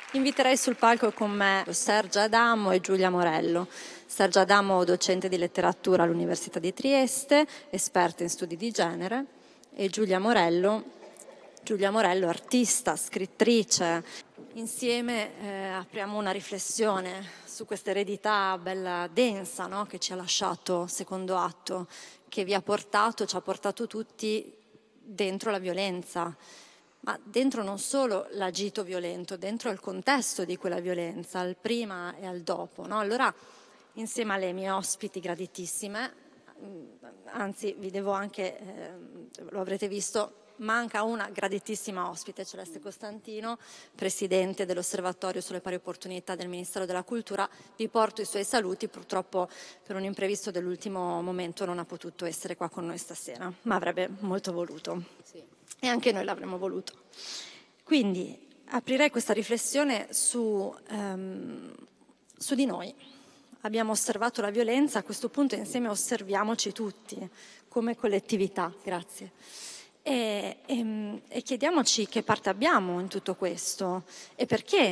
Inviterei sul palco con me Sergia Adamo e Giulia Morello. Sergia Adamo, docente di letteratura all'Università di Trieste, esperta in studi di genere, e Giulia Morello, artista, scrittrice. Insieme apriamo una riflessione su questa eredità bella densa, no? Che ci ha lasciato Secondo atto, che ci ha portato tutti dentro la violenza. Ma dentro non solo l'agito violento, dentro il contesto di quella violenza, al prima e al dopo, no? Allora, insieme alle mie ospiti graditissime, anzi vi devo anche, lo avrete visto, manca una graditissima ospite, Celeste Costantino, presidente dell'Osservatorio sulle pari opportunità del Ministero della Cultura. Vi porto i suoi saluti, purtroppo per un imprevisto dell'ultimo momento non ha potuto essere qua con noi stasera, ma avrebbe molto voluto. Sì. E anche noi l'avremmo voluto. Quindi aprirei questa riflessione su di noi. Abbiamo osservato la violenza, a questo punto insieme osserviamoci tutti come collettività. Grazie. E chiediamoci che parte abbiamo in tutto questo e perché.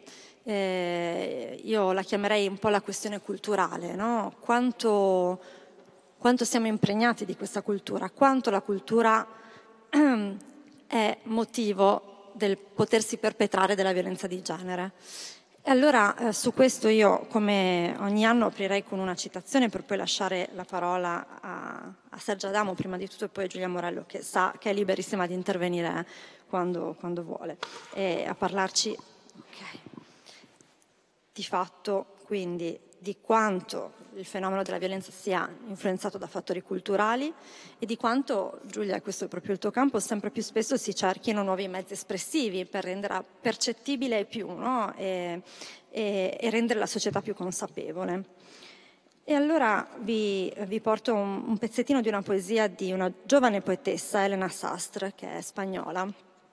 Io la chiamerei un po' la questione culturale, no? Quanto siamo impregnati di questa cultura, quanto la cultura è motivo del potersi perpetrare della violenza di genere. E allora su questo io, come ogni anno, aprirei con una citazione per poi lasciare la parola a Sergia Adamo prima di tutto e poi a Giulia Morello, che sa che è liberissima di intervenire quando vuole e a parlarci di fatto quindi di quanto il fenomeno della violenza sia influenzato da fattori culturali e di quanto, Giulia, questo è proprio il tuo campo, sempre più spesso si cerchino nuovi mezzi espressivi per renderla percettibile più, no? e rendere la società più consapevole. E allora vi porto un pezzettino di una poesia di una giovane poetessa, Elena Sastre, che è spagnola,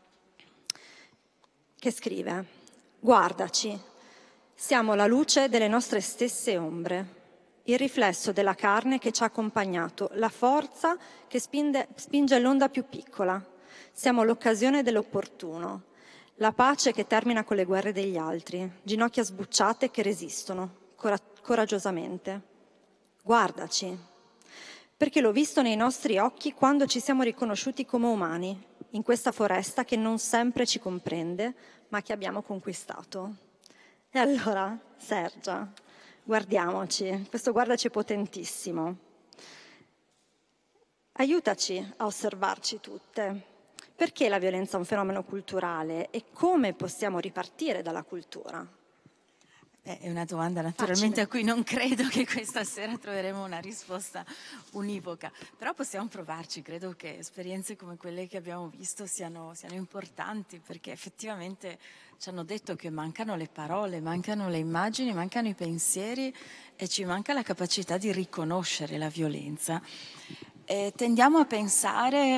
che scrive: «Guardaci, siamo la luce delle nostre stesse ombre, il riflesso della carne che ci ha accompagnato, la forza che spinge l'onda più piccola. Siamo l'occasione dell'opportuno, la pace che termina con le guerre degli altri, ginocchia sbucciate che resistono coraggiosamente. Guardaci, perché l'ho visto nei nostri occhi quando ci siamo riconosciuti come umani, in questa foresta che non sempre ci comprende, ma che abbiamo conquistato». E allora, Sergia, guardiamoci, questo guardaci è potentissimo. Aiutaci a osservarci tutte. Perché la violenza è un fenomeno culturale e come possiamo ripartire dalla cultura? È una domanda naturalmente a cui non credo che questa sera troveremo una risposta univoca, però possiamo provarci. Credo che esperienze come quelle che abbiamo visto siano importanti, perché effettivamente ci hanno detto che mancano le parole, mancano le immagini, mancano i pensieri e ci manca la capacità di riconoscere la violenza. Tendiamo a pensare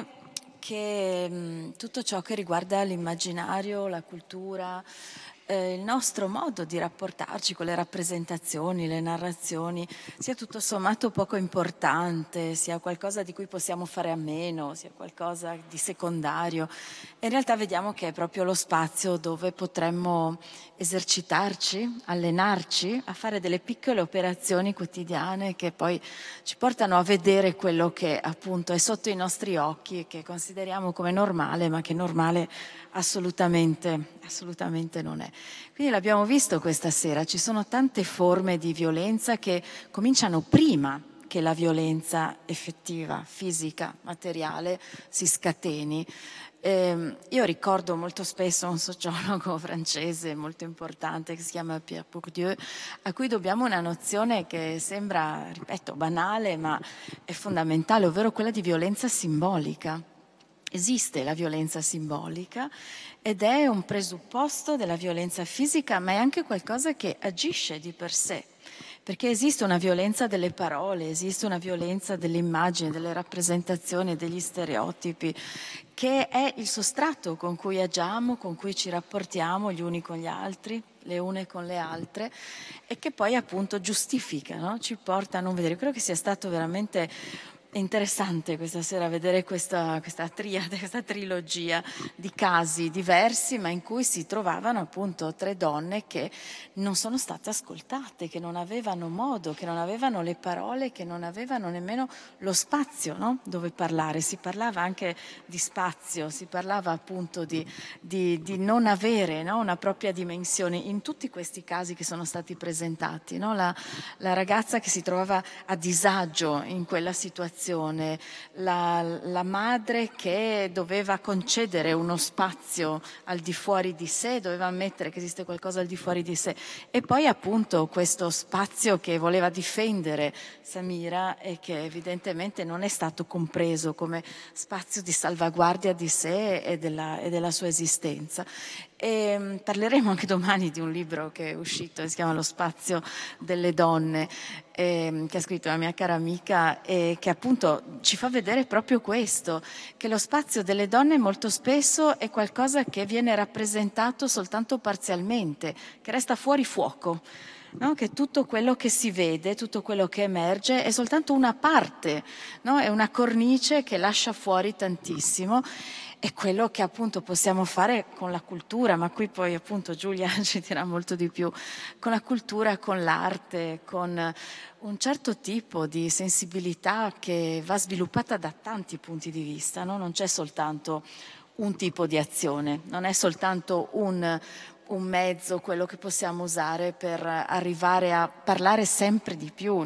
che tutto ciò che riguarda l'immaginario, la cultura, il nostro modo di rapportarci con le rappresentazioni, le narrazioni, sia tutto sommato poco importante, sia qualcosa di cui possiamo fare a meno, sia qualcosa di secondario. In realtà vediamo che è proprio lo spazio dove potremmo esercitarci, allenarci a fare delle piccole operazioni quotidiane che poi ci portano a vedere quello che appunto è sotto i nostri occhi e che consideriamo come normale, ma che normale assolutamente non è. Quindi l'abbiamo visto questa sera, ci sono tante forme di violenza che cominciano prima che la violenza effettiva, fisica, materiale si scateni. Io ricordo molto spesso un sociologo francese molto importante che si chiama Pierre Bourdieu, a cui dobbiamo una nozione che sembra, ripeto, banale, ma è fondamentale, ovvero quella di violenza simbolica. Esiste la violenza simbolica ed è un presupposto della violenza fisica, ma è anche qualcosa che agisce di per sé. Perché esiste una violenza delle parole, esiste una violenza delle immagini, delle rappresentazioni, degli stereotipi, che è il sostrato con cui agiamo, con cui ci rapportiamo gli uni con gli altri, le une con le altre, e che poi appunto giustifica, no? Ci porta a non vedere. Credo che sia stato veramente È interessante questa sera vedere questa triade, questa trilogia di casi diversi, ma in cui si trovavano appunto tre donne che non sono state ascoltate, che non avevano modo, che non avevano le parole, che non avevano nemmeno lo spazio, no? Dove parlare. Si parlava anche di spazio, si parlava appunto di non avere, no? Una propria dimensione in tutti questi casi che sono stati presentati, no? La ragazza che si trovava a disagio in quella situazione, la madre che doveva concedere uno spazio al di fuori di sé, doveva ammettere che esiste qualcosa al di fuori di sé, e poi appunto questo spazio che voleva difendere Samira e che evidentemente non è stato compreso come spazio di salvaguardia di sé e della sua esistenza. E parleremo anche domani di un libro che è uscito, si chiama Lo spazio delle donne, che ha scritto una mia cara amica, e che appunto ci fa vedere proprio questo, che lo spazio delle donne molto spesso è qualcosa che viene rappresentato soltanto parzialmente, che resta fuori fuoco. No? Che tutto quello che si vede, tutto quello che emerge è soltanto una parte, no? È una cornice che lascia fuori tantissimo. È quello che appunto possiamo fare con la cultura, ma qui poi appunto Giulia ci dirà molto di più, con la cultura, con l'arte, con un certo tipo di sensibilità che va sviluppata da tanti punti di vista, no? Non c'è soltanto un tipo di azione, non è soltanto un mezzo, quello che possiamo usare per arrivare a parlare sempre di più.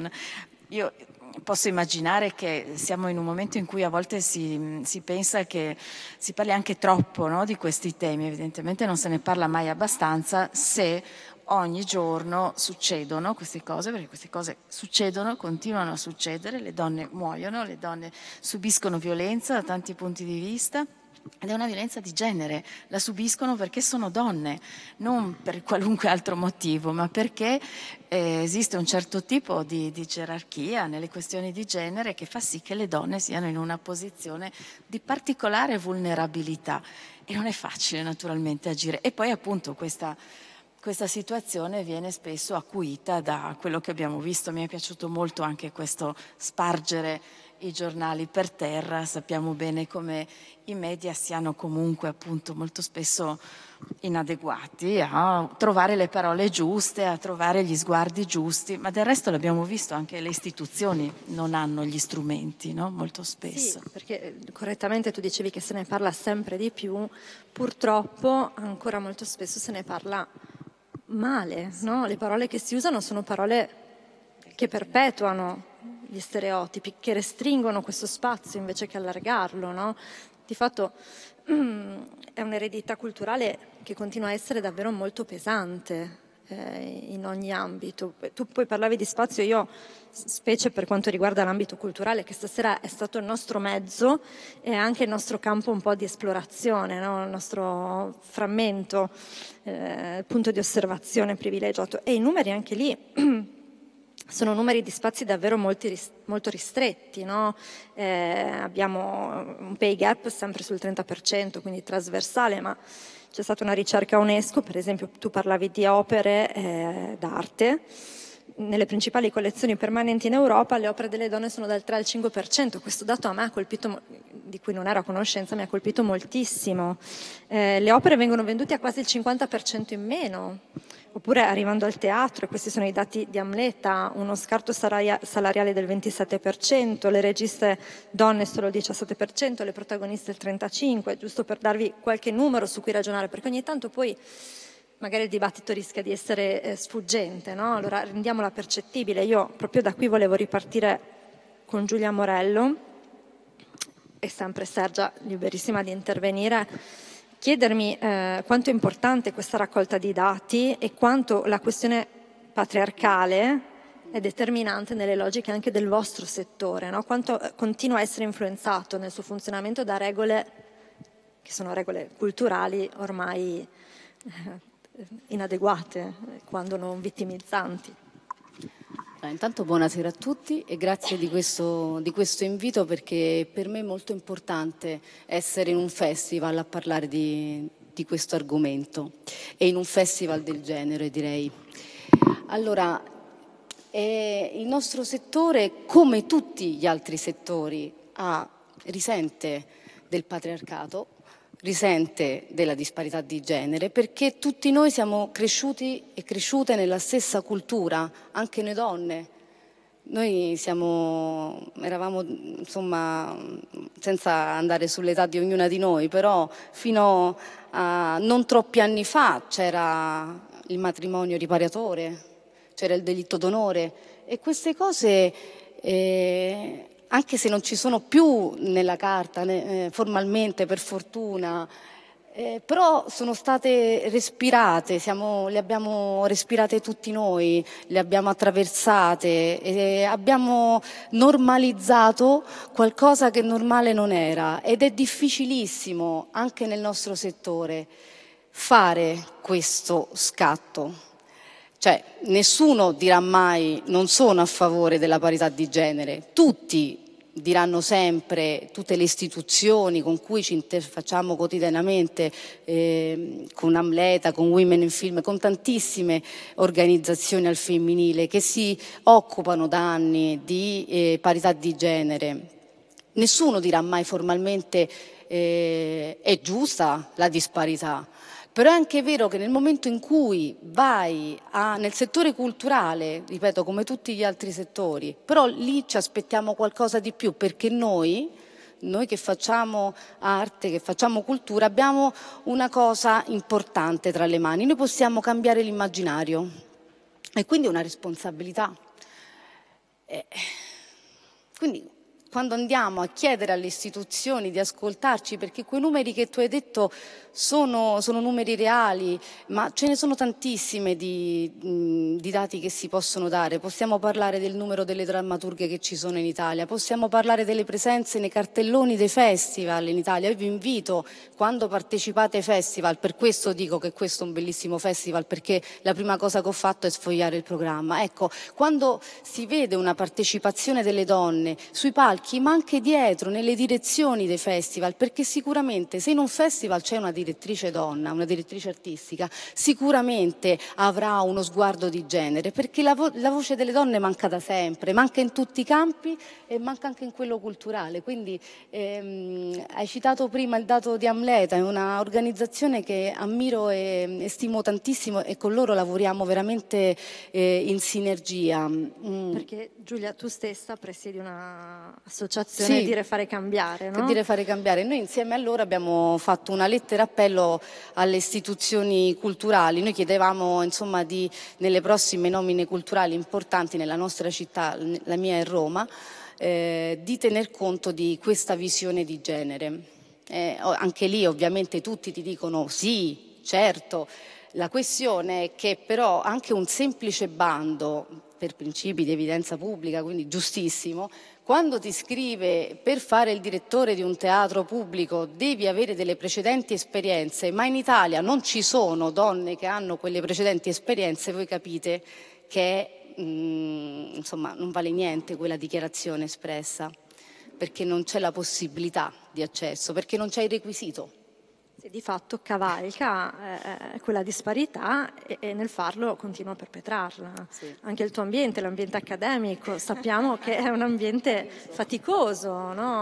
Io posso immaginare che siamo in un momento in cui a volte si pensa che si parli anche troppo, no, di questi temi. Evidentemente non se ne parla mai abbastanza se ogni giorno succedono queste cose, perché queste cose succedono, continuano a succedere, le donne muoiono, le donne subiscono violenza da tanti punti di vista. Ed è una violenza di genere, la subiscono perché sono donne, non per qualunque altro motivo, ma perché esiste un certo tipo di gerarchia nelle questioni di genere che fa sì che le donne siano in una posizione di particolare vulnerabilità. E non è facile naturalmente agire. E poi appunto questa situazione viene spesso acuita da quello che abbiamo visto. Mi è piaciuto molto anche questo spargere i giornali per terra. Sappiamo bene come i media siano comunque appunto molto spesso inadeguati a trovare le parole giuste, a trovare gli sguardi giusti, ma del resto l'abbiamo visto, anche le istituzioni non hanno gli strumenti, no? Molto spesso. Sì, perché correttamente tu dicevi che se ne parla sempre di più, purtroppo ancora molto spesso se ne parla male, no? Le parole che si usano sono parole che perpetuano gli stereotipi, che restringono questo spazio invece che allargarlo, no? Di fatto è un'eredità culturale che continua a essere davvero molto pesante in ogni ambito. Tu poi parlavi di spazio, io specie per quanto riguarda l'ambito culturale, che stasera è stato il nostro mezzo e anche il nostro campo un po' di esplorazione, no? Il nostro frammento, punto di osservazione privilegiato. E i numeri anche lì sono numeri di spazi davvero molto ristretti, no? Abbiamo un pay gap sempre sul 30%, quindi trasversale, ma c'è stata una ricerca UNESCO, per esempio tu parlavi di opere d'arte. Nelle principali collezioni permanenti in Europa le opere delle donne sono dal 3 al 5%. Questo dato a me ha colpito, di cui non ero a conoscenza, mi ha colpito moltissimo. Le opere vengono vendute a quasi il 50% in meno. Oppure arrivando al teatro, e questi sono i dati di Amleta, uno scarto salariale del 27%, le registe donne solo il 17%, le protagoniste il 35%, giusto per darvi qualche numero su cui ragionare, perché ogni tanto poi magari il dibattito rischia di essere sfuggente, no? Allora rendiamola percettibile. Io proprio da qui volevo ripartire con Giulia Morello, e sempre Sergia liberissima di intervenire, chiedermi quanto è importante questa raccolta di dati e quanto la questione patriarcale è determinante nelle logiche anche del vostro settore, no? Quanto continua a essere influenzato nel suo funzionamento da regole che sono regole culturali ormai inadeguate, quando non vittimizzanti. Intanto buonasera a tutti e grazie di questo invito, perché per me è molto importante essere in un festival a parlare di questo argomento e in un festival del genere, direi. Allora, E il nostro settore, come tutti gli altri settori, risente del patriarcato, risente della disparità di genere, perché tutti noi siamo cresciuti e cresciute nella stessa cultura, anche noi donne. Noi eravamo, insomma, senza andare sull'età di ognuna di noi, però fino a non troppi anni fa c'era il matrimonio riparatore, c'era il delitto d'onore, e queste cose, anche se non ci sono più nella carta formalmente, per fortuna, però sono state respirate, le abbiamo respirate tutti noi, le abbiamo attraversate e abbiamo normalizzato qualcosa che normale non era, ed è difficilissimo anche nel nostro settore fare questo scatto. Cioè, nessuno dirà mai non sono a favore della parità di genere, tutti diranno sempre, tutte le istituzioni con cui ci interfacciamo quotidianamente, con Amleta, con Women in Film, con tantissime organizzazioni al femminile che si occupano da anni di parità di genere. Nessuno dirà mai formalmente è giusta la disparità. Però è anche vero che nel momento in cui vai nel settore culturale, ripeto, come tutti gli altri settori, però lì ci aspettiamo qualcosa di più, perché noi che facciamo arte, che facciamo cultura, abbiamo una cosa importante tra le mani. Noi possiamo cambiare l'immaginario e quindi è una responsabilità. Quindi quando andiamo a chiedere alle istituzioni di ascoltarci, perché quei numeri che tu hai detto sono numeri reali, ma ce ne sono tantissime di dati che si possono dare. Possiamo parlare del numero delle drammaturghe che ci sono in Italia, possiamo parlare delle presenze nei cartelloni dei festival in Italia. Io vi invito, quando partecipate ai festival, per questo dico che questo è un bellissimo festival, perché la prima cosa che ho fatto è sfogliare il programma. Ecco, quando si vede una partecipazione delle donne sui palchi, ma anche dietro, nelle direzioni dei festival, perché sicuramente se in un festival c'è una direttrice donna, una direttrice artistica, sicuramente avrà uno sguardo di genere, perché la voce delle donne manca da sempre, manca in tutti i campi e manca anche in quello culturale. Quindi hai citato prima il dato di Amleta, è un'organizzazione che ammiro e stimo tantissimo, e con loro lavoriamo veramente in sinergia. Perché Giulia, tu stessa presiedi un'associazione, Sì, Dire Fare Cambiare, no? Dire Fare Cambiare. Noi insieme a loro abbiamo fatto una lettera appello alle istituzioni culturali. Noi chiedevamo, insomma, nelle prossime nomine culturali importanti nella nostra città, la mia è Roma, di tener conto di questa visione di genere. Anche lì ovviamente tutti ti dicono sì, certo. La questione è che però anche un semplice bando per principi di evidenza pubblica, quindi giustissimo, quando ti scrive per fare il direttore di un teatro pubblico devi avere delle precedenti esperienze, ma in Italia non ci sono donne che hanno quelle precedenti esperienze, voi capite che insomma non vale niente quella dichiarazione espressa, perché non c'è la possibilità di accesso, perché non c'è il requisito. Di fatto cavalca quella disparità e nel farlo continua a perpetrarla. Sì. Anche il tuo ambiente, l'ambiente accademico, sappiamo che è un ambiente faticoso, no?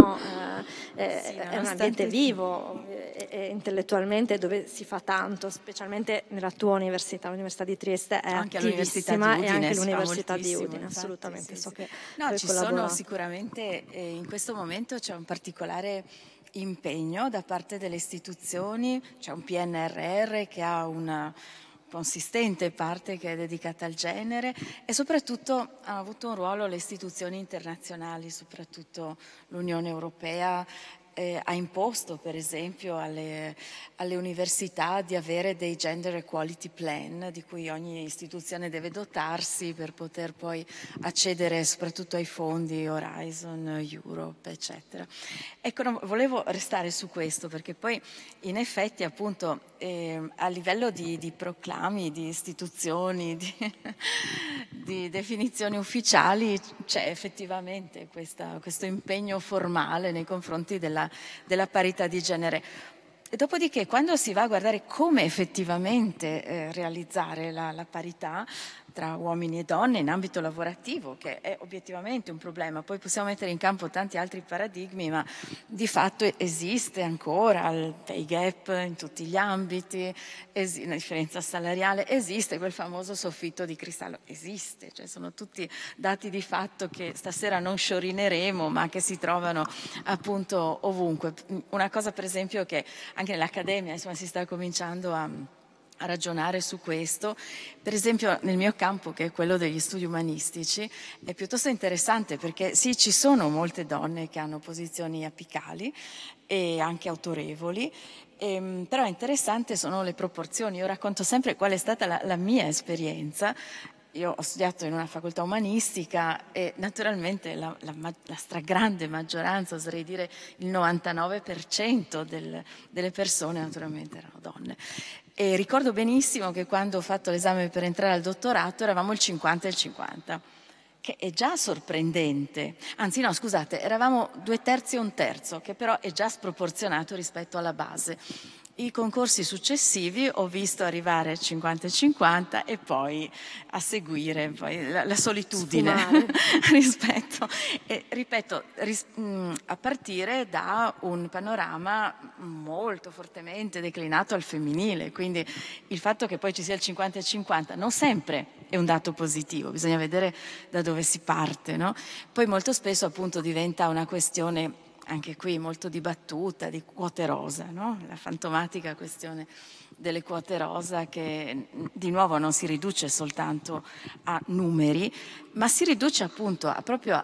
È un ambiente vivo e intellettualmente, dove si fa tanto, specialmente nella tua università, l'Università di Trieste è anche attivissima, Udine, e anche si fa l'Università di moltissimo, Udine, infatti, assolutamente. sì, So sì. che No, ci collabora. sono sicuramente, in questo momento c'è un particolare impegno da parte delle istituzioni, c'è un PNRR che ha una consistente parte che è dedicata al genere, e soprattutto hanno avuto un ruolo le istituzioni internazionali, soprattutto l'Unione Europea. Ha imposto per esempio alle università di avere dei gender equality plan di cui ogni istituzione deve dotarsi per poter poi accedere soprattutto ai fondi Horizon, Europe, eccetera. Ecco, no, volevo restare su questo perché poi in effetti appunto a livello di proclami, di istituzioni, di definizioni ufficiali c'è effettivamente questo impegno formale nei confronti della parità di genere. Dopodiché, quando si va a guardare come effettivamente realizzare la parità tra uomini e donne in ambito lavorativo, che è obiettivamente un problema, poi possiamo mettere in campo tanti altri paradigmi, ma di fatto esiste ancora il pay gap in tutti gli ambiti, la differenza salariale, esiste quel famoso soffitto di cristallo, esiste, cioè sono tutti dati di fatto che stasera non sciorineremo, ma che si trovano appunto ovunque. Una cosa per esempio che anche nell'accademia insomma, si sta cominciando a ragionare su questo, per esempio nel mio campo che è quello degli studi umanistici è piuttosto interessante perché sì, ci sono molte donne che hanno posizioni apicali e anche autorevoli, però interessante sono le proporzioni. Io racconto sempre qual è stata la mia esperienza. Io ho studiato in una facoltà umanistica e naturalmente la stragrande maggioranza, oserei dire il 99% delle persone naturalmente erano donne. E ricordo benissimo che quando ho fatto l'esame per entrare al dottorato eravamo il 50 e il 50, che è già sorprendente. Anzi no, scusate, eravamo 2/3 e 1/3, che però è già sproporzionato rispetto alla base. I concorsi successivi ho visto arrivare 50 e 50 e poi a seguire poi la solitudine rispetto, e, ripeto, a partire da un panorama molto fortemente declinato al femminile, quindi il fatto che poi ci sia il 50 e 50 non sempre è un dato positivo, bisogna vedere da dove si parte, no? Poi molto spesso appunto diventa una questione anche qui molto dibattuta, di quote rosa, no? La fantomatica questione delle quote rosa che di nuovo non si riduce soltanto a numeri, ma si riduce appunto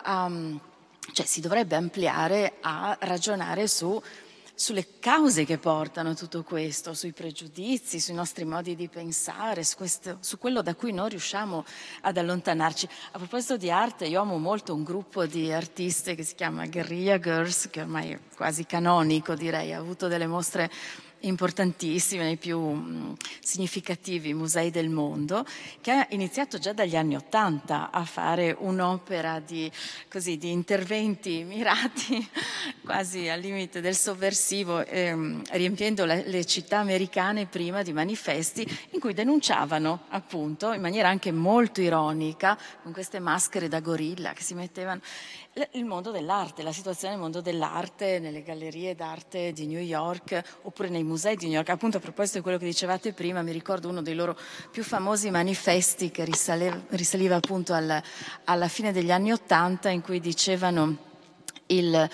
cioè si dovrebbe ampliare a ragionare sulle cause che portano a tutto questo, sui pregiudizi, sui nostri modi di pensare, su quello da cui non riusciamo ad allontanarci. A proposito di arte, io amo molto un gruppo di artiste che si chiama Guerrilla Girls, che ormai è quasi canonico, direi, ha avuto delle mostre importantissime nei più significativi musei del mondo, che ha iniziato già dagli anni '80 a fare un'opera di interventi mirati quasi al limite del sovversivo, riempiendo le città americane prima di manifesti in cui denunciavano appunto in maniera anche molto ironica, con queste maschere da gorilla che si mettevano, il mondo dell'arte, la situazione del mondo dell'arte nelle gallerie d'arte di New York oppure nei musei di New York. Appunto, a proposito di quello che dicevate prima, mi ricordo uno dei loro più famosi manifesti che risaliva appunto alla fine degli anni '80, in cui dicevano il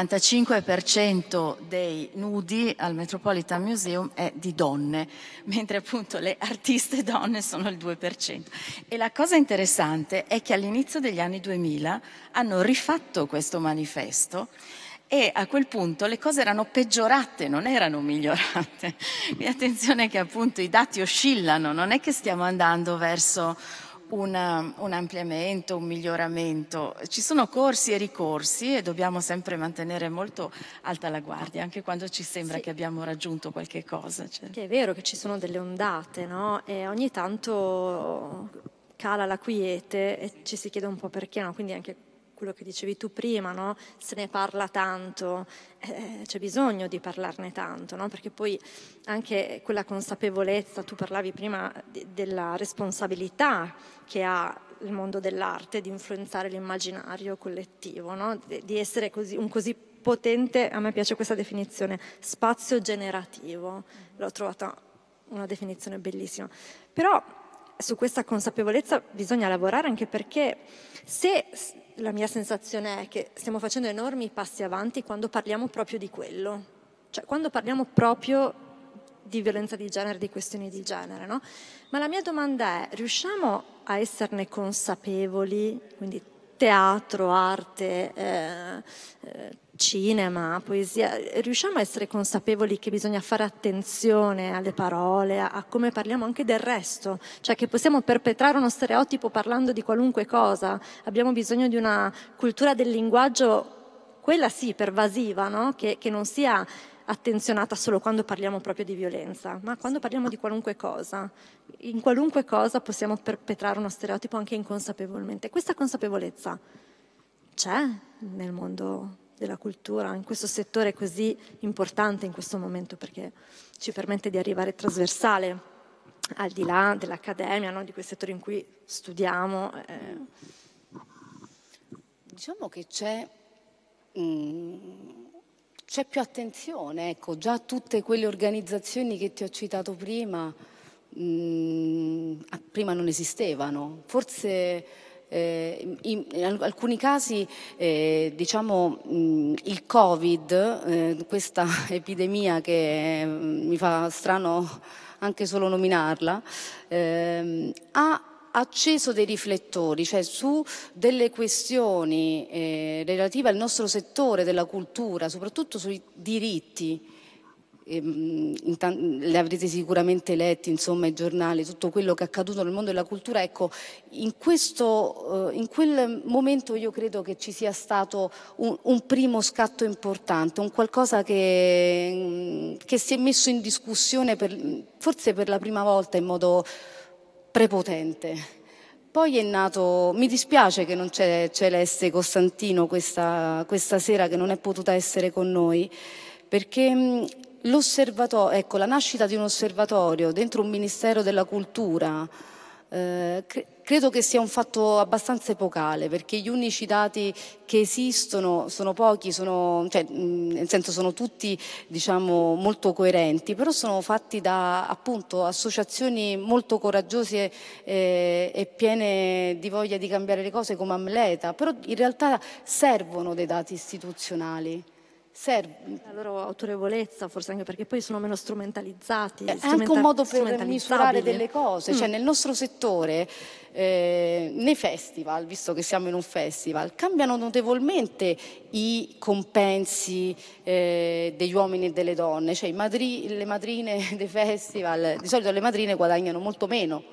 95% dei nudi al Metropolitan Museum è di donne, mentre appunto le artiste donne sono il 2%. E la cosa interessante è che all'inizio degli anni 2000 hanno rifatto questo manifesto e a quel punto le cose erano peggiorate, non erano migliorate. Quindi attenzione che appunto i dati oscillano, non è che stiamo andando verso un ampliamento, un miglioramento. Ci sono corsi e ricorsi e dobbiamo sempre mantenere molto alta la guardia, anche quando ci sembra che abbiamo raggiunto qualche cosa. Cioè. Che è vero che ci sono delle ondate, no? E ogni tanto cala la quiete e ci si chiede un po' perché, no? Quindi anche quello che dicevi tu prima, no? Se ne parla tanto, c'è bisogno di parlarne tanto, no? Perché poi anche quella consapevolezza, tu parlavi prima della responsabilità che ha il mondo dell'arte di influenzare l'immaginario collettivo, no? Di essere un così potente, a me piace questa definizione, spazio generativo, l'ho trovata una definizione bellissima. Però su questa consapevolezza bisogna lavorare, anche perché la mia sensazione è che stiamo facendo enormi passi avanti quando parliamo proprio di quello, cioè quando parliamo proprio di violenza di genere, di questioni di genere, no? Ma la mia domanda è: riusciamo a esserne consapevoli, quindi teatro, arte, cinema, poesia, riusciamo a essere consapevoli che bisogna fare attenzione alle parole, a come parliamo anche del resto, cioè che possiamo perpetrare uno stereotipo parlando di qualunque cosa, abbiamo bisogno di una cultura del linguaggio, quella sì, pervasiva, no? Che non sia attenzionata solo quando parliamo proprio di violenza, ma quando parliamo di qualunque cosa. In qualunque cosa possiamo perpetrare uno stereotipo anche inconsapevolmente. Questa consapevolezza c'è nel mondo della cultura, in questo settore così importante in questo momento, perché ci permette di arrivare trasversale, al di là dell'accademia, no? Di quei settori in cui studiamo. Diciamo che c'è più attenzione, ecco, già tutte quelle organizzazioni che ti ho citato prima, prima non esistevano. Forse in alcuni casi, diciamo, il Covid, questa epidemia che mi fa strano anche solo nominarla, ha acceso dei riflettori, cioè su delle questioni relative al nostro settore della cultura, soprattutto sui diritti. Le avrete sicuramente letti, insomma, i giornali, tutto quello che è accaduto nel mondo della cultura. Ecco, in quel momento io credo che ci sia stato un primo scatto importante, un qualcosa che si è messo in discussione forse per la prima volta in modo prepotente. Poi è nato, mi dispiace che non c'è Celeste Costantino questa sera, che non è potuta essere con noi, perché l'osservatorio, ecco, la nascita di un osservatorio dentro un Ministero della Cultura, credo che sia un fatto abbastanza epocale, perché gli unici dati che esistono sono pochi, cioè, nel senso sono tutti, diciamo, molto coerenti, però sono fatti da, appunto, associazioni molto coraggiose e piene di voglia di cambiare le cose come Amleta, però in realtà servono dei dati istituzionali. La loro autorevolezza, forse anche perché poi sono meno strumentalizzati. È anche un modo per misurare delle cose, cioè nel nostro settore, nei festival, visto che siamo in un festival, cambiano notevolmente i compensi degli uomini e delle donne, cioè le madrine dei festival, di solito le madrine guadagnano molto meno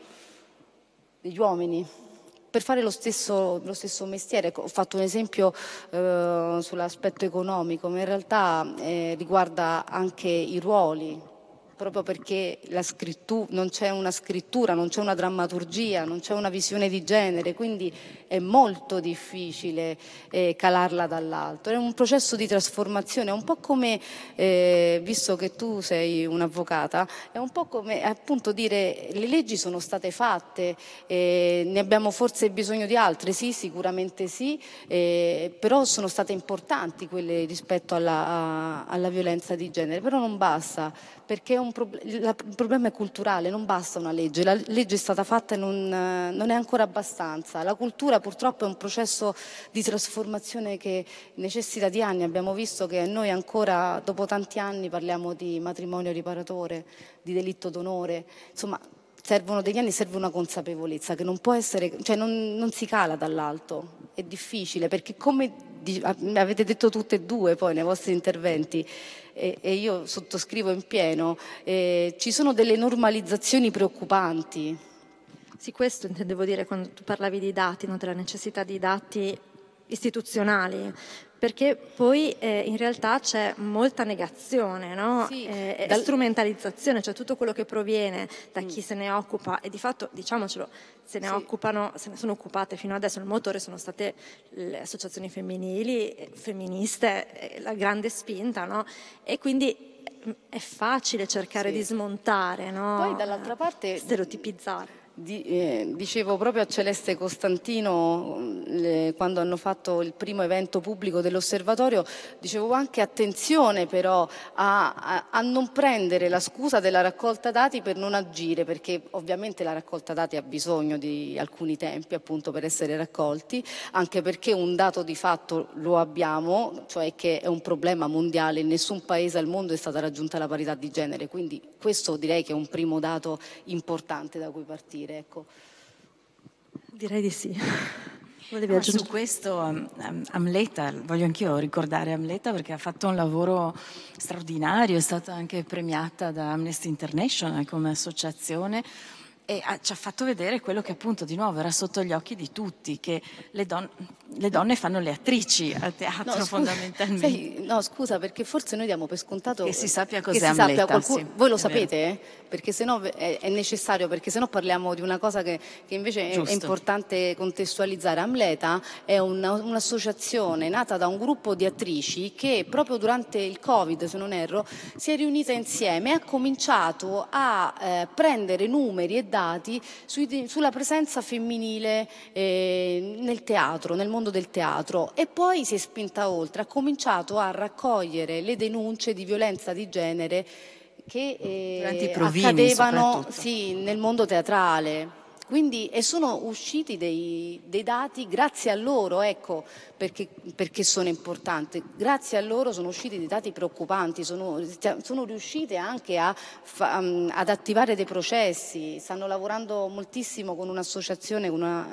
degli uomini per fare lo stesso mestiere. Ho fatto un esempio sull'aspetto economico, ma in realtà riguarda anche i ruoli, proprio perché non c'è una scrittura, non c'è una drammaturgia, non c'è una visione di genere, quindi è molto difficile calarla dall'alto. È un processo di trasformazione, è un po' come, visto che tu sei un'avvocata, è un po' come appunto dire le leggi sono state fatte, ne abbiamo forse bisogno di altre, sì, sicuramente sì, però sono state importanti quelle rispetto alla violenza di genere, però non basta, perché il problema è culturale, non basta una legge, la legge è stata fatta e non è ancora abbastanza. La cultura purtroppo è un processo di trasformazione che necessita di anni. Abbiamo visto che noi ancora dopo tanti anni parliamo di matrimonio riparatore, di delitto d'onore, insomma servono degli anni, serve una consapevolezza che non può essere, cioè non si cala dall'alto, è difficile, perché come avete detto tutte e due poi nei vostri interventi, e io sottoscrivo in pieno, ci sono delle normalizzazioni preoccupanti. Sì, questo intendevo dire quando tu parlavi di dati, no? Della necessità di dati istituzionali, perché poi in realtà c'è molta negazione, no? Sì, strumentalizzazione, cioè tutto quello che proviene da chi se ne occupa, e di fatto, diciamocelo, se ne sono occupate fino adesso. Il motore sono state le associazioni femminili, femministe, la grande spinta, no? E quindi è facile cercare di smontare, no? Poi dall'altra parte stereotipizzare. Dicevo proprio a Celeste Costantino, quando hanno fatto il primo evento pubblico dell'osservatorio, dicevo anche attenzione però a non prendere la scusa della raccolta dati per non agire, perché ovviamente la raccolta dati ha bisogno di alcuni tempi appunto per essere raccolti, anche perché un dato di fatto lo abbiamo, cioè che è un problema mondiale, in nessun paese al mondo è stata raggiunta la parità di genere, quindi questo direi che è un primo dato importante da cui partire. Ecco. Direi di sì. Su questo Amleta, voglio anch'io ricordare Amleta perché ha fatto un lavoro straordinario, è stata anche premiata da Amnesty International come associazione e ci ha fatto vedere quello che appunto di nuovo era sotto gli occhi di tutti, che le donne fanno le attrici al teatro fondamentalmente. Scusa, perché forse noi diamo per scontato Che si sappia che cos'è si sappia Amleta, qualcuno. sì, Voi lo è vero. sapete? Perché sennò è necessario, perché sennò parliamo di una cosa che invece è Giusto. importante contestualizzare. Amleta è un'associazione nata da un gruppo di attrici che proprio durante il Covid, se non erro, si è riunita insieme e ha cominciato a prendere numeri e dati sulla presenza femminile nel teatro, nel mondo del teatro, e poi si è spinta oltre, ha cominciato a raccogliere le denunce di violenza di genere che Durante i provini, accadevano soprattutto. sì, nel mondo teatrale. Quindi, e sono usciti dei dati grazie a loro, ecco, perché sono importanti. Grazie a loro sono usciti dei dati preoccupanti, sono riuscite anche ad attivare dei processi. Stanno lavorando moltissimo con un'associazione,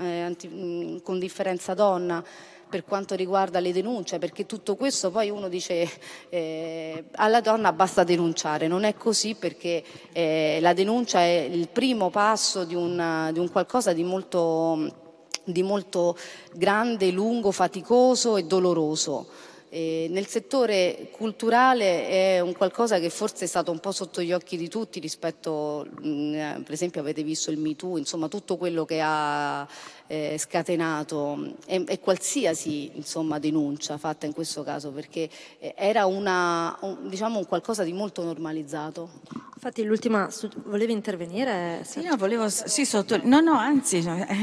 con Differenza Donna, per quanto riguarda le denunce, perché tutto questo poi uno dice alla donna basta denunciare, non è così, perché la denuncia è il primo passo di un qualcosa di molto grande, lungo, faticoso e doloroso. Nel settore culturale è un qualcosa che forse è stato un po' sotto gli occhi di tutti rispetto, per esempio avete visto il Me Too, insomma tutto quello che ha scatenato e qualsiasi insomma denuncia fatta in questo caso, perché era diciamo un qualcosa di molto normalizzato. Infatti l'ultima, volevi intervenire? Sì, no, anzi,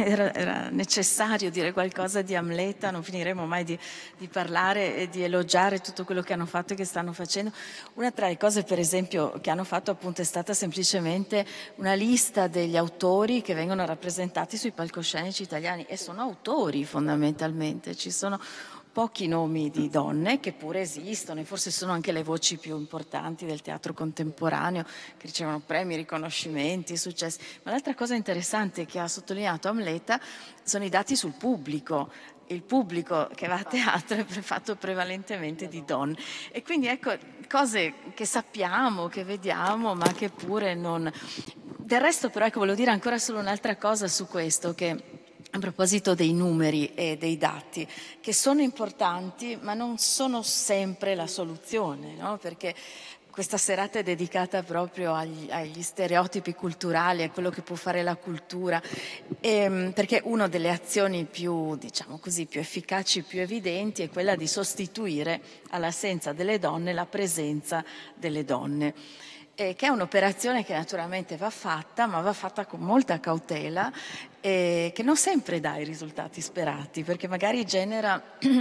era necessario dire qualcosa di Amleta, non finiremo mai di parlare e di elogiare tutto quello che hanno fatto e che stanno facendo. Una tra le cose, per esempio, che hanno fatto appunto è stata semplicemente una lista degli autori che vengono rappresentati sui palcoscenici italiani, e sono autori fondamentalmente, ci sono pochi nomi di donne che pure esistono e forse sono anche le voci più importanti del teatro contemporaneo, che ricevono premi, riconoscimenti, successi. Ma l'altra cosa interessante che ha sottolineato Amleta sono i dati sul pubblico. Il pubblico che va a teatro è fatto prevalentemente di donne, e quindi ecco cose che sappiamo, che vediamo, ma che pure non. Del resto però, ecco, volevo dire ancora solo un'altra cosa su questo, che a proposito dei numeri e dei dati, che sono importanti ma non sono sempre la soluzione, no? Perché questa serata è dedicata proprio agli stereotipi culturali, a quello che può fare la cultura, perché una delle azioni più, diciamo così, più efficaci, più evidenti è quella di sostituire all'assenza delle donne la presenza delle donne. Che è un'operazione che naturalmente va fatta, ma va fatta con molta cautela, che non sempre dà i risultati sperati, perché magari genera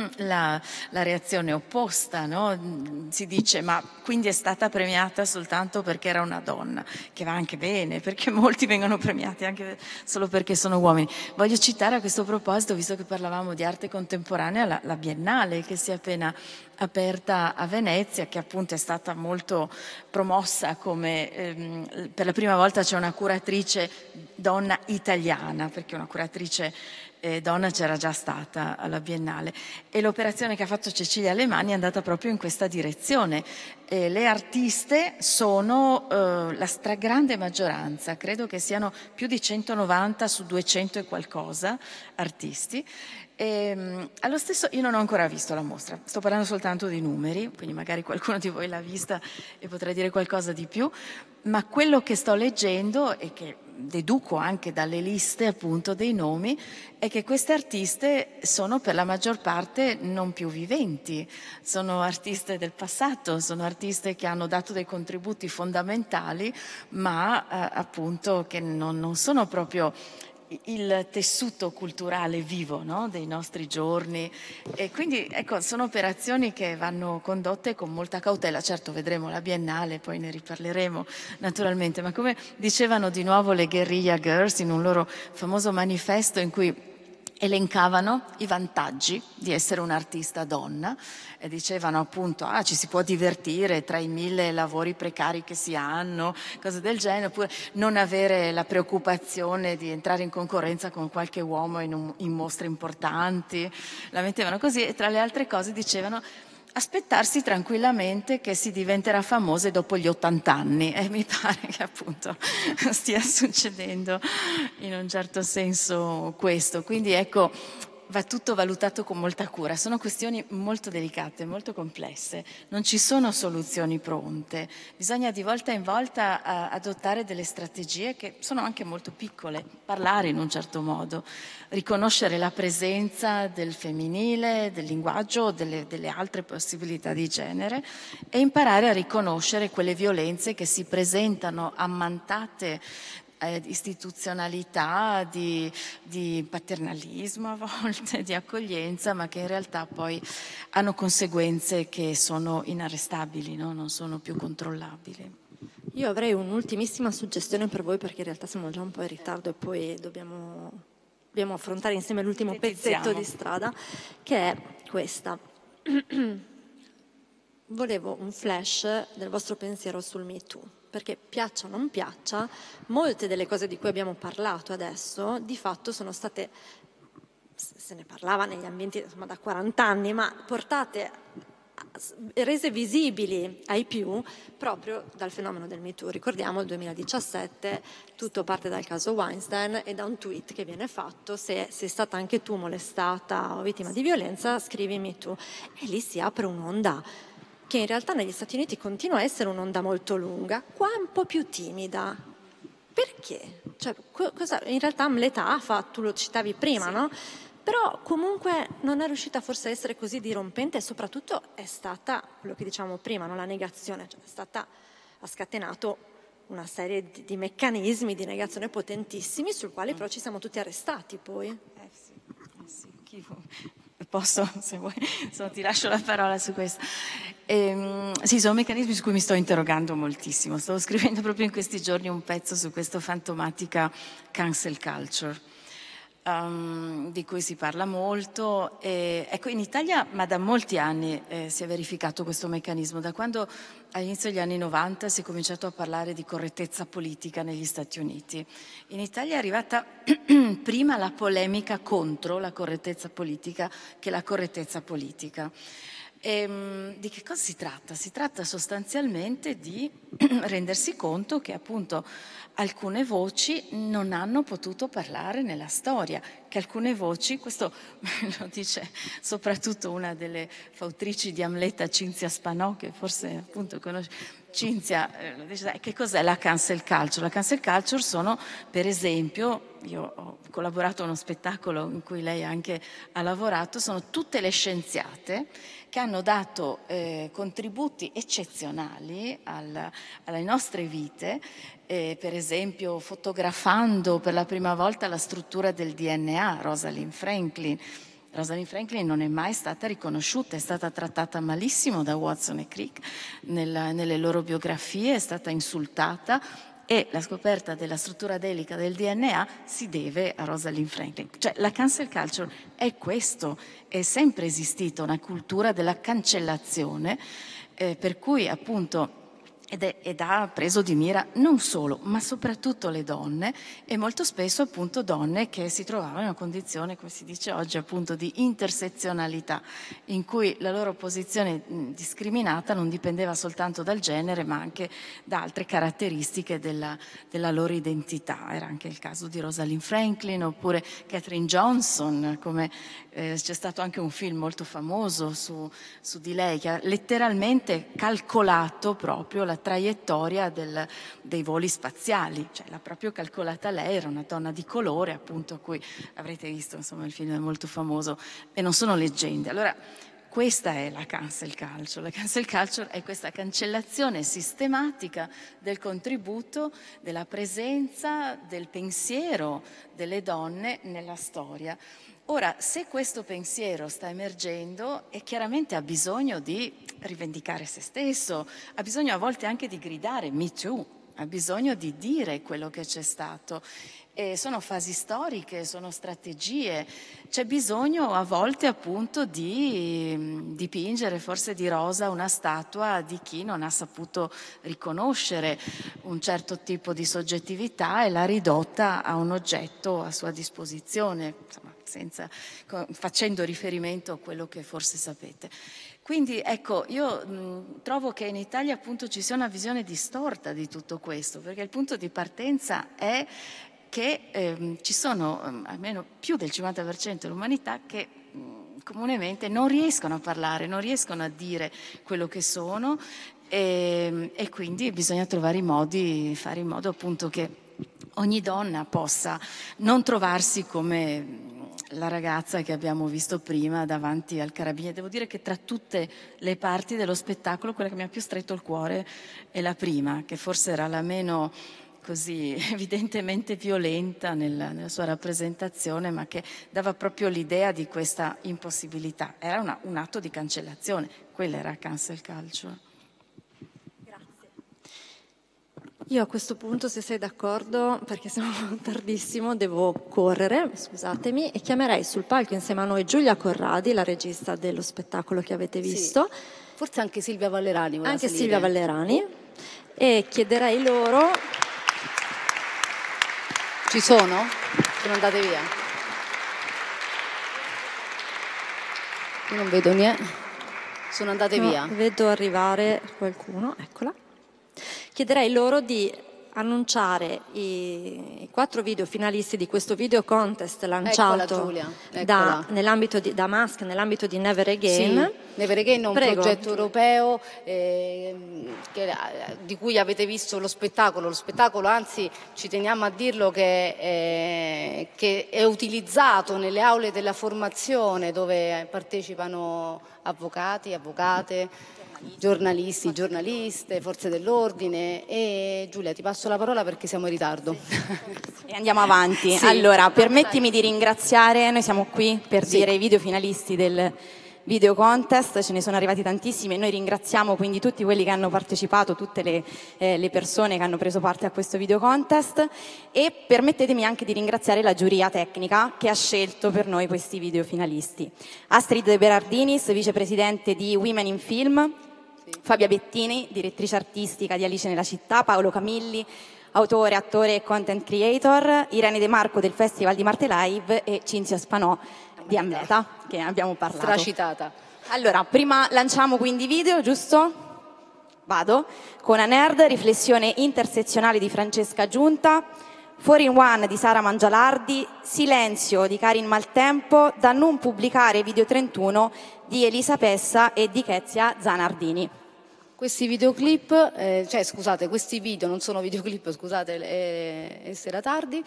la reazione opposta, no? Si dice, ma quindi è stata premiata soltanto perché era una donna, che va anche bene, perché molti vengono premiati anche solo perché sono uomini. Voglio citare a questo proposito, visto che parlavamo di arte contemporanea, la Biennale che si è appena aperta a Venezia, che appunto è stata molto promossa come per la prima volta c'è una curatrice donna italiana, perché una curatrice donna c'era già stata alla Biennale, e l'operazione che ha fatto Cecilia Alemani è andata proprio in questa direzione. Le artiste sono la stragrande maggioranza, credo che siano più di 190 su 200 e qualcosa artisti. Allo stesso, io non ho ancora visto la mostra, sto parlando soltanto di numeri, quindi magari qualcuno di voi l'ha vista e potrà dire qualcosa di più, ma quello che sto leggendo e che deduco anche dalle liste appunto dei nomi è che queste artiste sono per la maggior parte non più viventi, sono artiste del passato, sono artiste che hanno dato dei contributi fondamentali, ma appunto che non sono proprio il tessuto culturale vivo, no? Dei nostri giorni, e quindi ecco, sono operazioni che vanno condotte con molta cautela. Certo, vedremo la Biennale, poi ne riparleremo naturalmente, ma come dicevano di nuovo le Guerrilla Girls in un loro famoso manifesto in cui elencavano i vantaggi di essere un'artista donna e dicevano appunto ci si può divertire tra i 1000 lavori precari che si hanno, cose del genere, oppure non avere la preoccupazione di entrare in concorrenza con qualche uomo in mostre importanti, la mettevano così, e tra le altre cose dicevano aspettarsi tranquillamente che si diventerà famose dopo gli 80 anni, e mi pare che appunto stia succedendo in un certo senso questo. Quindi ecco, va tutto valutato con molta cura, sono questioni molto delicate, molto complesse, non ci sono soluzioni pronte, bisogna di volta in volta adottare delle strategie che sono anche molto piccole, parlare in un certo modo, riconoscere la presenza del femminile, del linguaggio, delle altre possibilità di genere e imparare a riconoscere quelle violenze che si presentano ammantate istituzionalità, di paternalismo a volte, di accoglienza, ma che in realtà poi hanno conseguenze che sono inarrestabili, no? Non sono più controllabili. Io avrei un'ultimissima suggestione per voi, perché in realtà siamo già un po' in ritardo e poi dobbiamo affrontare insieme l'ultimo pezzetto di strada, che è questa. Volevo un flash del vostro pensiero sul Me Too, perché piaccia o non piaccia, molte delle cose di cui abbiamo parlato adesso di fatto sono state, se ne parlava negli ambienti insomma, da 40 anni, ma rese visibili ai più proprio dal fenomeno del Me Too. Ricordiamo il 2017, tutto parte dal caso Weinstein e da un tweet che viene fatto: se sei stata anche tu molestata o vittima di violenza, scrivi Me Too. E lì si apre un'onda che in realtà negli Stati Uniti continua a essere un'onda molto lunga, qua è un po' più timida. Perché? Cioè, in realtà l'età tu lo citavi prima, sì, no? Però comunque non è riuscita forse a essere così dirompente e soprattutto è stata, quello che dicevamo prima, no? La negazione, cioè ha scatenato una serie di meccanismi di negazione potentissimi sul quale però ci siamo tutti arrestati poi. Sì. Posso, se vuoi, ti lascio la parola su questo. Sì, sono meccanismi su cui mi sto interrogando moltissimo. Stavo scrivendo proprio in questi giorni un pezzo su questa fantomatica cancel culture, di cui si parla molto. Ecco, in Italia, ma da molti anni si è verificato questo meccanismo. Da quando all'inizio degli anni 90 si è cominciato a parlare di correttezza politica negli Stati Uniti. In Italia è arrivata prima la polemica contro la correttezza politica che la correttezza politica. Di che cosa si tratta? Si tratta sostanzialmente di rendersi conto che appunto alcune voci non hanno potuto parlare nella storia, che alcune voci, questo lo dice soprattutto una delle fautrici di Amleta, Cinzia Spanò, che forse appunto conosce. Cinzia, che cos'è la cancel culture? La cancel culture sono, per esempio, io ho collaborato a uno spettacolo in cui lei anche ha lavorato, sono tutte le scienziate che hanno dato contributi eccezionali alle nostre vite, per esempio fotografando per la prima volta la struttura del DNA, Rosalind Franklin. Rosalind Franklin non è mai stata riconosciuta, è stata trattata malissimo da Watson e Crick nelle loro biografie, è stata insultata, e la scoperta della struttura elica del DNA si deve a Rosalind Franklin. Cioè la cancel culture è questo, è sempre esistita una cultura della cancellazione, per cui appunto ed ha preso di mira non solo, ma soprattutto le donne, e molto spesso appunto donne che si trovavano in una condizione, come si dice oggi, appunto di intersezionalità, in cui la loro posizione discriminata non dipendeva soltanto dal genere, ma anche da altre caratteristiche della loro identità. Era anche il caso di Rosalind Franklin, oppure Katherine Johnson, come c'è stato anche un film molto famoso su di lei, che ha letteralmente calcolato proprio la traiettoria dei voli spaziali, cioè l'ha proprio calcolata lei. Era una donna di colore, appunto, a cui avrete visto, insomma, il film è molto famoso, e non sono leggende. Allora, questa è la cancel culture. La cancel culture è questa cancellazione sistematica del contributo, della presenza, del pensiero delle donne nella storia. Ora, se questo pensiero sta emergendo, e chiaramente ha bisogno di rivendicare se stesso, ha bisogno a volte anche di gridare "Me too", ha bisogno di dire quello che c'è stato. Sono fasi storiche, sono strategie, c'è bisogno a volte appunto di dipingere forse di rosa una statua di chi non ha saputo riconoscere un certo tipo di soggettività e l'ha ridotta a un oggetto a sua disposizione, insomma, facendo riferimento a quello che forse sapete. Quindi ecco, io trovo che in Italia appunto ci sia una visione distorta di tutto questo, perché il punto di partenza è che ci sono almeno più del 50% dell'umanità che comunemente non riescono a parlare, non riescono a dire quello che sono e quindi bisogna trovare i modi, fare in modo appunto che ogni donna possa non trovarsi come la ragazza che abbiamo visto prima davanti al carabiniere. Devo dire che tra tutte le parti dello spettacolo quella che mi ha più stretto il cuore è la prima, che forse era la meno così evidentemente violenta nella sua rappresentazione, ma che dava proprio l'idea di questa impossibilità. Era un atto di cancellazione, quella era cancel culture. Io a questo punto, se sei d'accordo, perché siamo tardissimo, devo correre, scusatemi, e chiamerei sul palco insieme a noi Giulia Corradi, la regista dello spettacolo che avete visto. Sì. Forse anche Silvia Vallerani. Anche salire. Silvia Vallerani. E chiederei loro... Ci sono? Sono andate via? Io non vedo niente. Sono andate via. Vedo arrivare qualcuno, eccola. Chiederei loro di annunciare i 4 video finalisti di questo video contest lanciato nell'ambito da Mask, nell'ambito di Never Again. Sì, Never Again è un progetto europeo di cui avete visto lo spettacolo. Lo spettacolo, anzi, ci teniamo a dirlo, che è utilizzato nelle aule della formazione dove partecipano avvocati, avvocate, giornalisti, giornaliste, forze dell'ordine. E Giulia, ti passo la parola perché siamo in ritardo. E andiamo avanti. Sì. Allora, permettimi di ringraziare, noi siamo qui per dire i video finalisti del video contest, ce ne sono arrivati tantissimi e noi ringraziamo quindi tutti quelli che hanno partecipato, tutte le persone che hanno preso parte a questo video contest, e permettetemi anche di ringraziare la giuria tecnica che ha scelto per noi questi video finalisti. Astrid De Berardinis, vicepresidente di Women in Film, Fabia Bettini, direttrice artistica di Alice nella città, Paolo Camilli, autore, attore e content creator, Irene De Marco del Festival di Marte Live e Cinzia Spanò di Amleta, che abbiamo parlato. Stracitata. Allora, prima lanciamo quindi video, giusto? Vado. Con A Nerd, riflessione intersezionale di Francesca Giunta, 4-in-1 di Sara Mangialardi, Silenzio di Karin Maltempo, Da non pubblicare video 31 di Elisa Pessa e di Kezia Zanardini. Questi videoclip, questi video non sono videoclip, scusate, era tardi,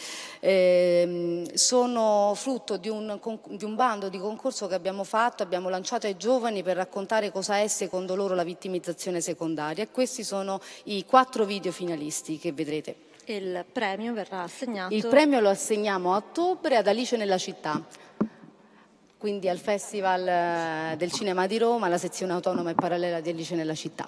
sono frutto di un bando di concorso che abbiamo fatto, abbiamo lanciato ai giovani per raccontare cosa è secondo loro la vittimizzazione secondaria, e questi sono i 4 video finalisti che vedrete. Il premio verrà assegnato... Il premio lo assegniamo a ottobre ad Alice nella città, quindi al Festival del Cinema di Roma, la sezione autonoma e parallela di Alice nella città.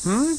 Mm?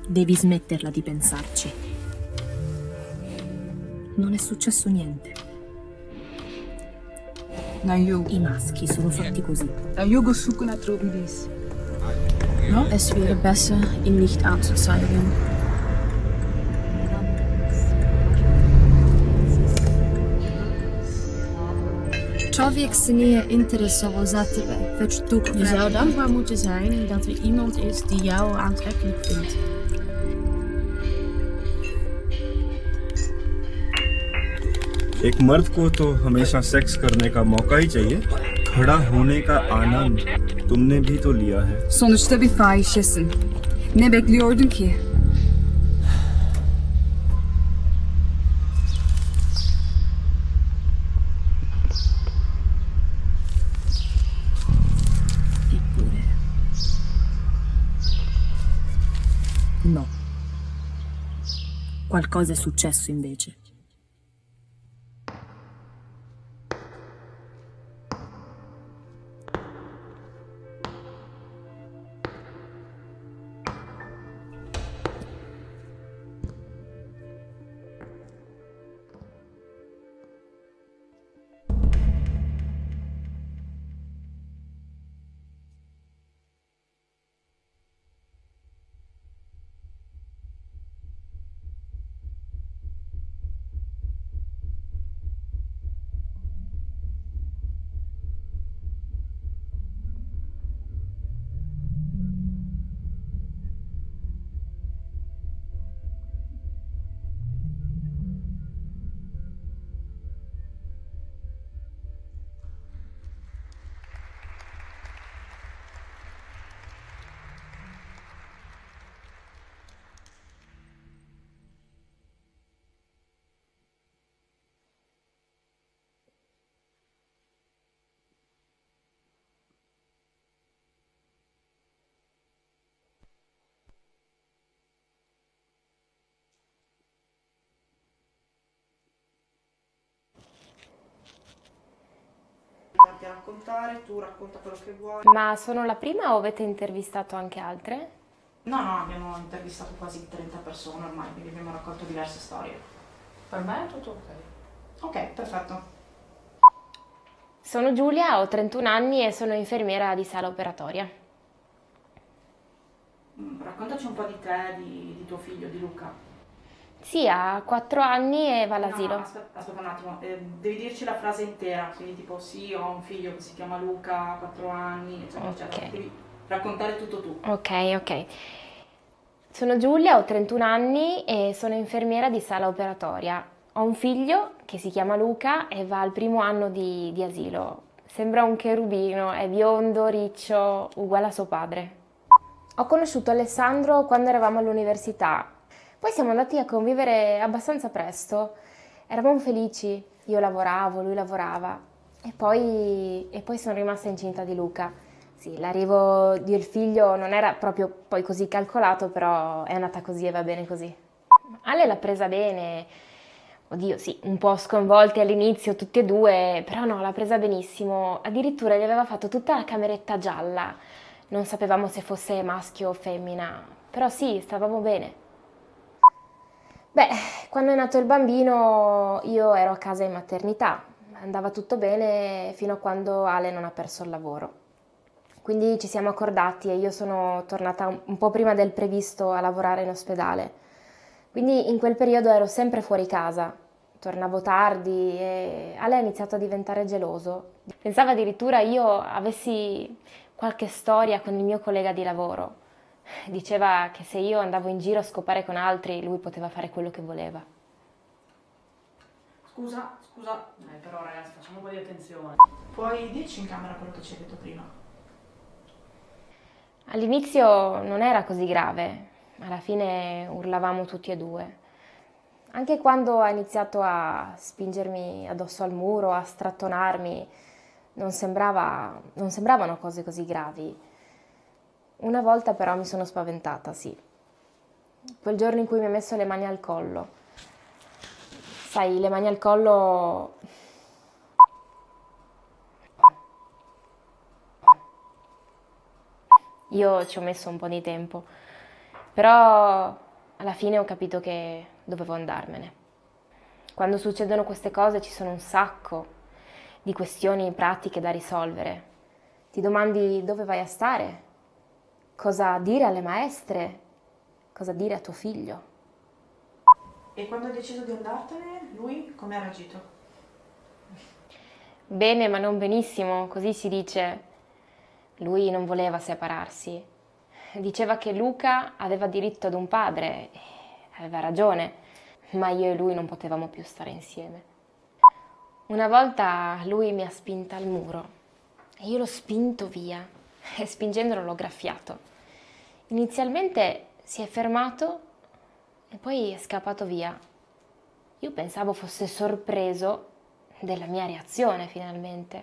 Devi smetterla di pensarci. Non è successo niente. I maschi sono fatti così. No? Es wäre besser, ihn nicht anzuzeigen. Człowiek se nije interesovao za tebe, već tu Je zou dankbaar moeten zijn dat er iemand is die jou aantrekkelijk vindt. एक मर्द को तो हमेशा सेक्स करने का मौका ही चाहिए। खड़ा होने का आनंद तुमने भी तो लिया है। Sonuçta bir fahişesin. Ne bekliyordun ki? Eppure... No. Qualcosa è successo invece. Raccontare, tu racconta quello che vuoi. Ma sono la prima o avete intervistato anche altre? No, abbiamo intervistato quasi 30 persone ormai, quindi abbiamo raccolto diverse storie. Per me è tutto ok. Ok, perfetto. Sono Giulia, ho 31 anni e sono infermiera di sala operatoria. Raccontaci un po' di te, di tuo figlio, di Luca. Sì, ha 4 anni e va all'asilo. No, aspetta un attimo, devi dirci la frase intera, quindi tipo sì, ho un figlio che si chiama Luca, ha 4 anni, eccetera, eccetera. Devi raccontare tutto tu. Ok. Sono Giulia, ho 31 anni e sono infermiera di sala operatoria. Ho un figlio che si chiama Luca e va al primo anno di asilo. Sembra un cherubino, è biondo, riccio, uguale a suo padre. Ho conosciuto Alessandro quando eravamo all'università. Poi siamo andati a convivere abbastanza presto, eravamo felici, io lavoravo, lui lavorava e poi sono rimasta incinta di Luca. Sì, l'arrivo del figlio non era proprio poi così calcolato, però è andata così e va bene così. Ale l'ha presa bene, oddio sì, un po' sconvolti all'inizio tutti e due, però no, l'ha presa benissimo, addirittura gli aveva fatto tutta la cameretta gialla, non sapevamo se fosse maschio o femmina, però sì, stavamo bene. Beh, quando è nato il bambino io ero a casa in maternità, andava tutto bene fino a quando Ale non ha perso il lavoro. Quindi ci siamo accordati e io sono tornata un po' prima del previsto a lavorare in ospedale. Quindi in quel periodo ero sempre fuori casa, tornavo tardi e Ale ha iniziato a diventare geloso. Pensava addirittura io avessi qualche storia con il mio collega di lavoro. Diceva che se io andavo in giro a scopare con altri, lui poteva fare quello che voleva. Scusa, però ragazzi, facciamo un po' di attenzione. Puoi dirci in camera quello che ci hai detto prima? All'inizio non era così grave, alla fine urlavamo tutti e due. Anche quando ha iniziato a spingermi addosso al muro, a strattonarmi, non sembravano cose così gravi. Una volta però mi sono spaventata, sì. Quel giorno in cui mi ha messo le mani al collo. Sai, le mani al collo... Io ci ho messo un po' di tempo. Però alla fine ho capito che dovevo andarmene. Quando succedono queste cose ci sono un sacco di questioni pratiche da risolvere. Ti domandi dove vai a stare, cosa dire alle maestre, cosa dire a tuo figlio. E quando hai deciso di andartene, lui come ha reagito? Bene, ma non benissimo, così si dice. Lui non voleva separarsi. Diceva che Luca aveva diritto ad un padre, aveva ragione, ma io e lui non potevamo più stare insieme. Una volta lui mi ha spinta al muro e io l'ho spinto via e spingendolo l'ho graffiato. Inizialmente si è fermato e poi è scappato via. Io pensavo fosse sorpreso della mia reazione finalmente.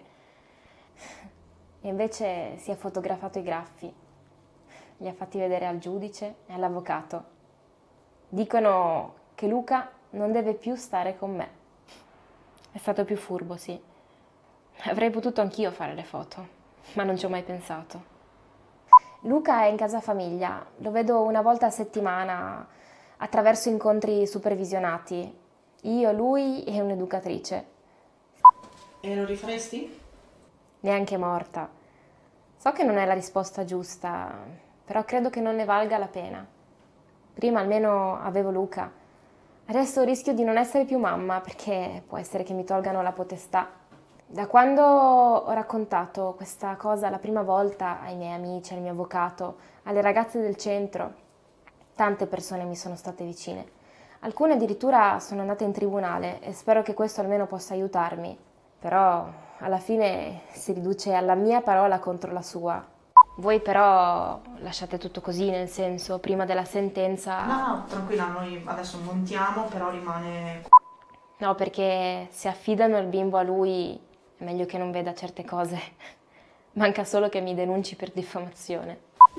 E invece si è fotografato i graffi, li ha fatti vedere al giudice e all'avvocato. Dicono che Luca non deve più stare con me. È stato più furbo, sì. Avrei potuto anch'io fare le foto, ma non ci ho mai pensato. Luca è in casa famiglia, lo vedo una volta a settimana attraverso incontri supervisionati. Io, lui e un'educatrice. E lo rifaresti? Neanche morta. So che non è la risposta giusta, però credo che non ne valga la pena. Prima almeno avevo Luca. Adesso rischio di non essere più mamma perché può essere che mi tolgano la potestà. Da quando ho raccontato questa cosa la prima volta ai miei amici, al mio avvocato, alle ragazze del centro, tante persone mi sono state vicine. Alcune addirittura sono andate in tribunale e spero che questo almeno possa aiutarmi. Però alla fine si riduce alla mia parola contro la sua. Voi però lasciate tutto così, nel senso, prima della sentenza... No, tranquilla, noi adesso montiamo, però rimane... No, perché se affidano il bimbo a lui è meglio che non veda certe cose. Manca solo che mi denunci per diffamazione.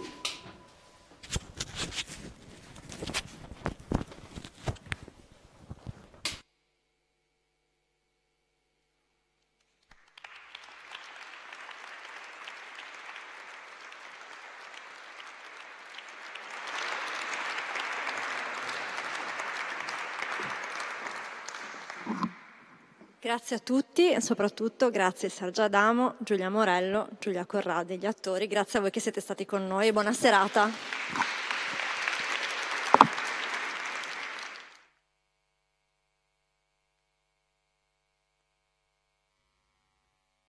Grazie a tutti e soprattutto grazie a Sergio Adamo, Giulia Morello, Giulia Corradi, gli attori. Grazie a voi che siete stati con noi e buona serata.